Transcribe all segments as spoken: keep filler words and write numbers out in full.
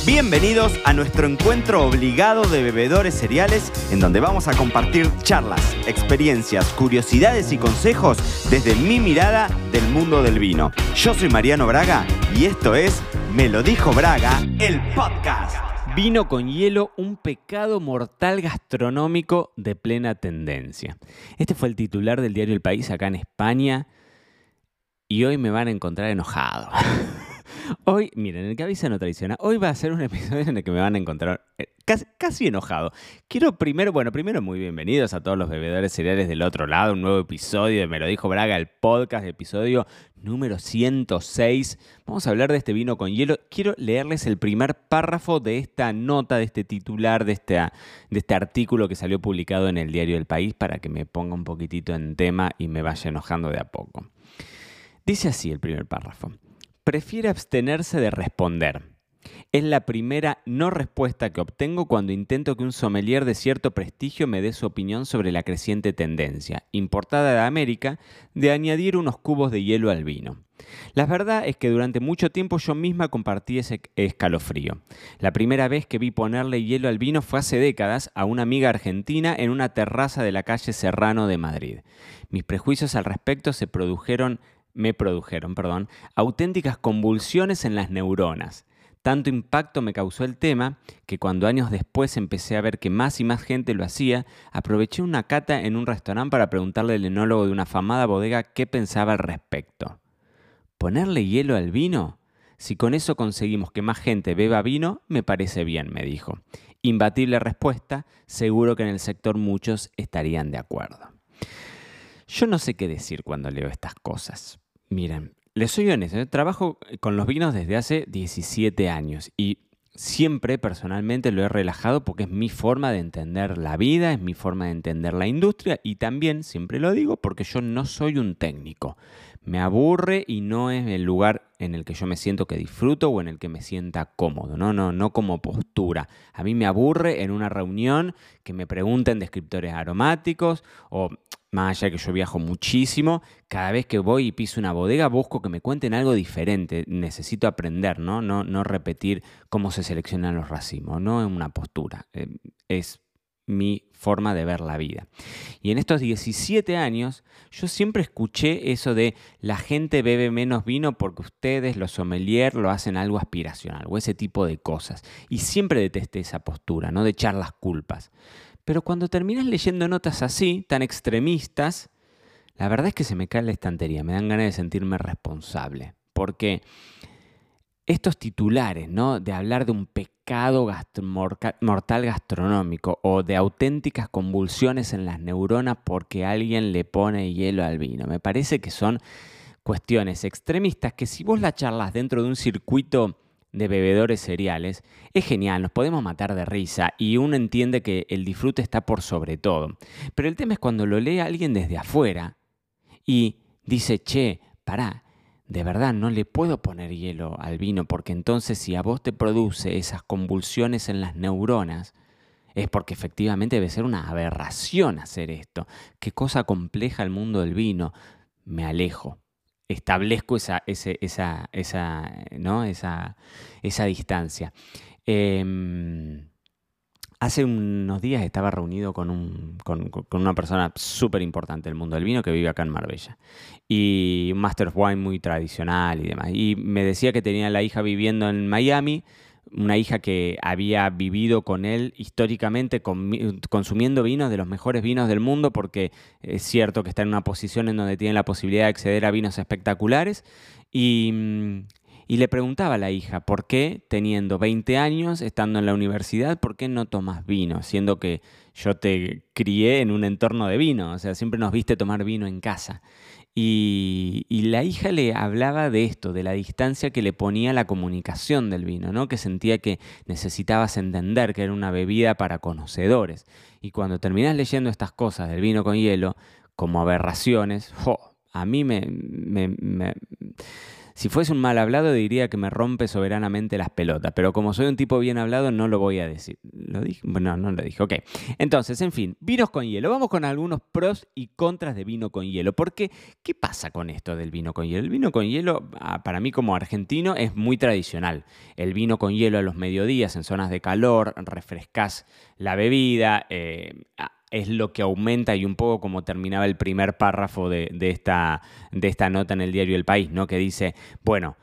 Bienvenidos a nuestro encuentro obligado de bebedores cereales, en donde vamos a compartir charlas, experiencias, curiosidades y consejos desde mi mirada del mundo del vino. Yo soy Mariano Braga y esto es Me lo dijo Braga, el podcast. Vino con hielo, un pecado mortal gastronómico de plena tendencia. Este fue el titular del diario El País acá en España y hoy me van a encontrar enojado. Hoy, miren, el que avisa no traiciona. Hoy va a ser un episodio en el que me van a encontrar eh, casi, casi enojado. Quiero primero, bueno, primero muy bienvenidos a todos los bebedores cereales del otro lado. Un nuevo episodio de Me lo dijo Braga, el podcast, episodio número ciento seis. Vamos a hablar de este vino con hielo. Quiero leerles el primer párrafo de esta nota, de este titular, de este, de este artículo que salió publicado en el diario El País para que me ponga un poquitito en tema y me vaya enojando de a poco. Dice así el primer párrafo. Prefiere abstenerse de responder. Es la primera no respuesta que obtengo cuando intento que un sommelier de cierto prestigio me dé su opinión sobre la creciente tendencia, importada de América, de añadir unos cubos de hielo al vino. La verdad es que durante mucho tiempo yo misma compartí ese escalofrío. La primera vez que vi ponerle hielo al vino fue hace décadas a una amiga argentina en una terraza de la calle Serrano de Madrid. Mis prejuicios al respecto se produjeron me produjeron, perdón, auténticas convulsiones en las neuronas. Tanto impacto me causó el tema que cuando años después empecé a ver que más y más gente lo hacía, aproveché una cata en un restaurante para preguntarle al enólogo de una afamada bodega qué pensaba al respecto. ¿Ponerle hielo al vino? Si con eso conseguimos que más gente beba vino, me parece bien, me dijo. Imbatible respuesta, seguro que en el sector muchos estarían de acuerdo. Yo no sé qué decir cuando leo estas cosas. Miren, les soy honesto, ¿eh? Trabajo con los vinos desde hace diecisiete años y siempre personalmente lo he relajado porque es mi forma de entender la vida, es mi forma de entender la industria y también, siempre lo digo, porque yo no soy un técnico. Me aburre y no es el lugar en el que yo me siento que disfruto o en el que me sienta cómodo, no, no, no como postura. A mí me aburre en una reunión que me pregunten descriptores aromáticos o, más allá de que yo viajo muchísimo, cada vez que voy y piso una bodega busco que me cuenten algo diferente. Necesito aprender, ¿no? No, no repetir cómo se seleccionan los racimos, no es una postura, eh, es mi forma de ver la vida. Y en estos diecisiete años yo siempre escuché eso de la gente bebe menos vino porque ustedes, los sommeliers, lo hacen algo aspiracional o ese tipo de cosas. Y siempre detesté esa postura, ¿no? De echar las culpas. Pero cuando terminas leyendo notas así, tan extremistas, la verdad es que se me cae la estantería, me dan ganas de sentirme responsable. Porque estos titulares, ¿no? De hablar de un pecado gastro- mortal gastronómico o de auténticas convulsiones en las neuronas porque alguien le pone hielo al vino, me parece que son cuestiones extremistas que si vos la charlas dentro de un circuito de bebedores cereales, es genial, nos podemos matar de risa y uno entiende que el disfrute está por sobre todo. Pero el tema es cuando lo lee alguien desde afuera y dice, che, pará, de verdad no le puedo poner hielo al vino porque entonces si a vos te produce esas convulsiones en las neuronas, es porque efectivamente debe ser una aberración hacer esto. Qué cosa compleja el mundo del vino. Me alejo. Establezco esa, ese, esa, esa, ¿no? esa, esa distancia. Eh, hace unos días estaba reunido con, un, con, con una persona súper importante del mundo del vino que vive acá en Marbella. Y un Master of Wine muy tradicional y demás. Y me decía que tenía la hija viviendo en Miami, una hija que había vivido con él históricamente con, consumiendo vinos de los mejores vinos del mundo porque es cierto que está en una posición en donde tiene la posibilidad de acceder a vinos espectaculares y, y le preguntaba a la hija por qué teniendo veinte años, estando en la universidad, por qué no tomas vino, siendo que yo te crié en un entorno de vino, o sea, siempre nos viste tomar vino en casa. Y, y la hija le hablaba de esto, de la distancia que le ponía la comunicación del vino, ¿no? Que sentía que necesitabas entender que era una bebida para conocedores. Y cuando terminás leyendo estas cosas del vino con hielo, como aberraciones, ¡jo! A mí me, me, me, Si fuese un mal hablado diría que me rompe soberanamente las pelotas, pero como soy un tipo bien hablado no lo voy a decir. ¿Lo dije? Bueno, no lo dije. Ok. Entonces, en fin, vinos con hielo. Vamos con algunos pros y contras de vino con hielo. Porque, ¿qué pasa con esto del vino con hielo? El vino con hielo, para mí como argentino, es muy tradicional. El vino con hielo a los mediodías en zonas de calor, refrescás la bebida, eh, es lo que aumenta, y un poco como terminaba el primer párrafo de, de, esta, de esta nota en el diario El País, ¿no? Que dice, bueno,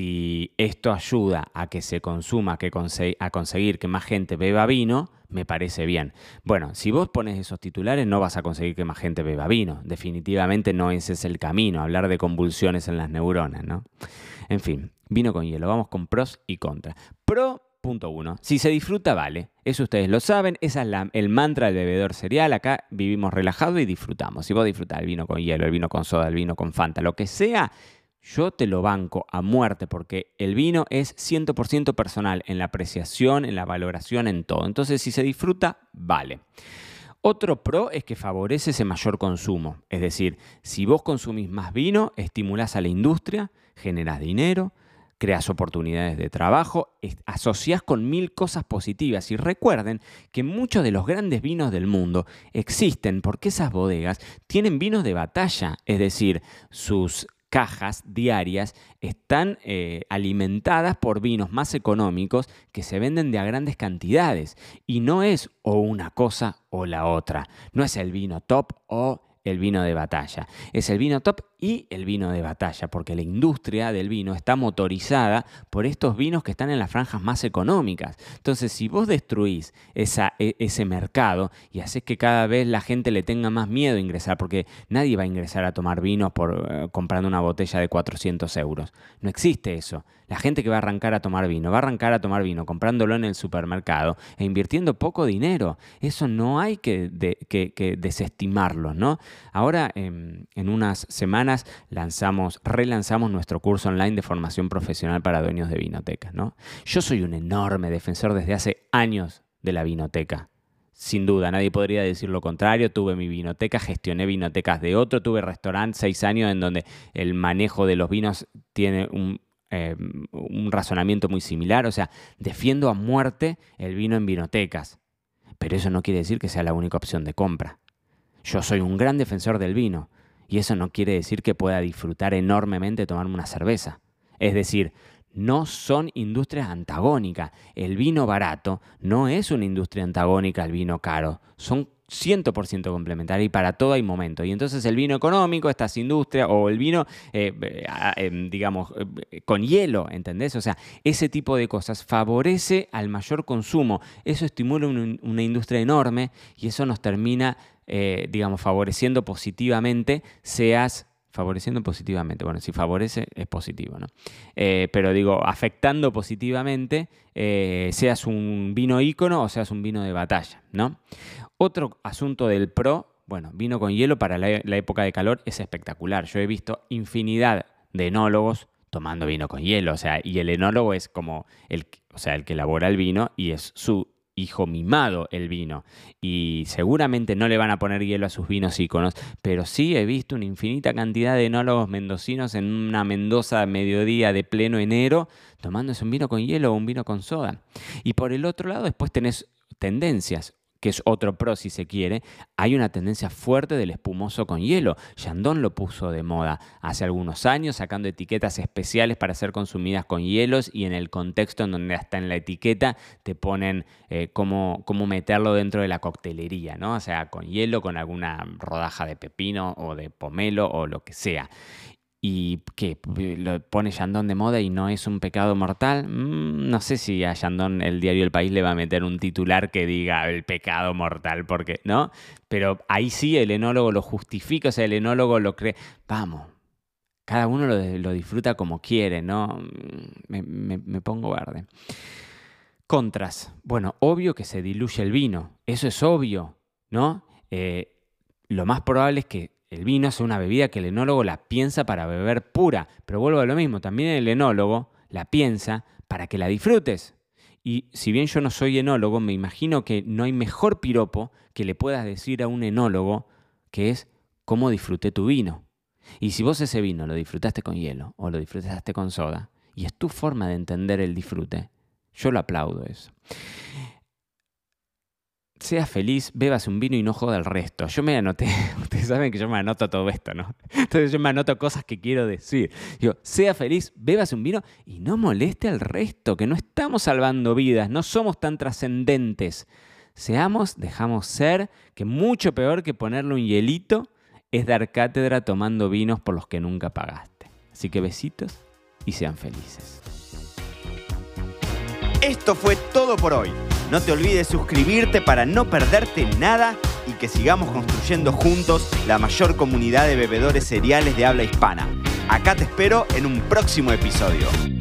si esto ayuda a que se consuma, que conse- a conseguir que más gente beba vino, me parece bien. Bueno, si vos pones esos titulares no vas a conseguir que más gente beba vino. Definitivamente no ese es el camino, hablar de convulsiones en las neuronas, ¿no? En fin, vino con hielo. Vamos con pros y contras. Pro Punto uno. Si se disfruta, vale. Eso ustedes lo saben. Ese es la, el mantra del bebedor serial. Acá vivimos relajados y disfrutamos. Si vos disfrutás el vino con hielo, el vino con soda, el vino con Fanta, lo que sea, yo te lo banco a muerte porque el vino es cien por ciento personal en la apreciación, en la valoración, en todo. Entonces, si se disfruta, vale. Otro pro es que favorece ese mayor consumo. Es decir, si vos consumís más vino, estimulás a la industria, generás dinero, creas oportunidades de trabajo, asociás con mil cosas positivas. Y recuerden que muchos de los grandes vinos del mundo existen porque esas bodegas tienen vinos de batalla, es decir, sus cajas diarias están eh, alimentadas por vinos más económicos que se venden de a grandes cantidades. Y no es o una cosa o la otra. No es el vino top o el vino de batalla. Es el vino top y el vino de batalla, porque la industria del vino está motorizada por estos vinos que están en las franjas más económicas. Entonces, si vos destruís esa, ese mercado y haces que cada vez la gente le tenga más miedo a ingresar, porque nadie va a ingresar a tomar vino por, eh, comprando una botella de cuatrocientos euros. No existe eso. La gente que va a arrancar a tomar vino, va a arrancar a tomar vino comprándolo en el supermercado e invirtiendo poco dinero. Eso no hay que, de, que, que desestimarlo, ¿no? Ahora, eh, en unas semanas, lanzamos, relanzamos nuestro curso online de formación profesional para dueños de vinotecas, ¿no? Yo soy un enorme defensor desde hace años de la vinoteca. Sin duda, nadie podría decir lo contrario. Tuve mi vinoteca, gestioné vinotecas de otro, tuve restaurante seis años en donde el manejo de los vinos tiene un, eh, un razonamiento muy similar. O sea, defiendo a muerte el vino en vinotecas, pero eso no quiere decir que sea la única opción de compra. Yo soy un gran defensor del vino y eso no quiere decir que pueda disfrutar enormemente tomarme una cerveza. Es decir, no son industrias antagónicas. El vino barato no es una industria antagónica al vino caro. Son cien por ciento complementarias y para todo hay momento. Y entonces el vino económico, estas industrias, o el vino, eh, eh, digamos, eh, con hielo, ¿entendés? O sea, ese tipo de cosas favorece al mayor consumo. Eso estimula un, una industria enorme y eso nos termina, eh, digamos, favoreciendo positivamente, seas... Favoreciendo positivamente. Bueno, si favorece es positivo, ¿no? Eh, pero digo, afectando positivamente, eh, seas un vino ícono o seas un vino de batalla, ¿no? Otro asunto del pro, bueno, vino con hielo para la, la época de calor es espectacular. Yo he visto infinidad de enólogos tomando vino con hielo, o sea, y el enólogo es como el, o sea, el que elabora el vino y es su hijo mimado el vino, y seguramente no le van a poner hielo a sus vinos íconos, pero sí he visto una infinita cantidad de enólogos mendocinos en una Mendoza a mediodía de pleno enero tomándose un vino con hielo o un vino con soda. Y por el otro lado después tenés tendencias, que es otro pro si se quiere. Hay una tendencia fuerte del espumoso con hielo. Chandon lo puso de moda hace algunos años, sacando etiquetas especiales para ser consumidas con hielos y en el contexto en donde hasta en la etiqueta te ponen eh, cómo, cómo meterlo dentro de la coctelería, ¿no? O sea, con hielo, con alguna rodaja de pepino o de pomelo o lo que sea. ¿Y qué? ¿Lo pone Chandon de moda y no es un pecado mortal? Mm, no sé si a Chandon el diario El País le va a meter un titular que diga el pecado mortal, porque, ¿no? Pero ahí sí el enólogo lo justifica, o sea, el enólogo lo cree. Vamos, cada uno lo, lo disfruta como quiere, ¿no? Me, me, me pongo verde. Contras. Bueno, obvio que se diluye el vino. Eso es obvio, ¿no? Eh, lo más probable es que el vino es una bebida que el enólogo la piensa para beber pura, pero vuelvo a lo mismo, también el enólogo la piensa para que la disfrutes. Y si bien yo no soy enólogo, me imagino que no hay mejor piropo que le puedas decir a un enólogo que es cómo disfruté tu vino. Y si vos ese vino lo disfrutaste con hielo o lo disfrutaste con soda, y es tu forma de entender el disfrute, yo lo aplaudo eso. Sea feliz, bébase un vino y no joda el resto. Yo me anoté, ustedes saben que yo me anoto todo esto, ¿no? Entonces yo me anoto cosas que quiero decir. Digo, sea feliz, bébase un vino y no moleste al resto, que no estamos salvando vidas, no somos tan trascendentes. Seamos, dejamos ser, que mucho peor que ponerle un hielito es dar cátedra tomando vinos por los que nunca pagaste. Así que besitos y sean felices. Esto fue todo por hoy. No te olvides suscribirte para no perderte nada y que sigamos construyendo juntos la mayor comunidad de bebedores cereales de habla hispana. Acá te espero en un próximo episodio.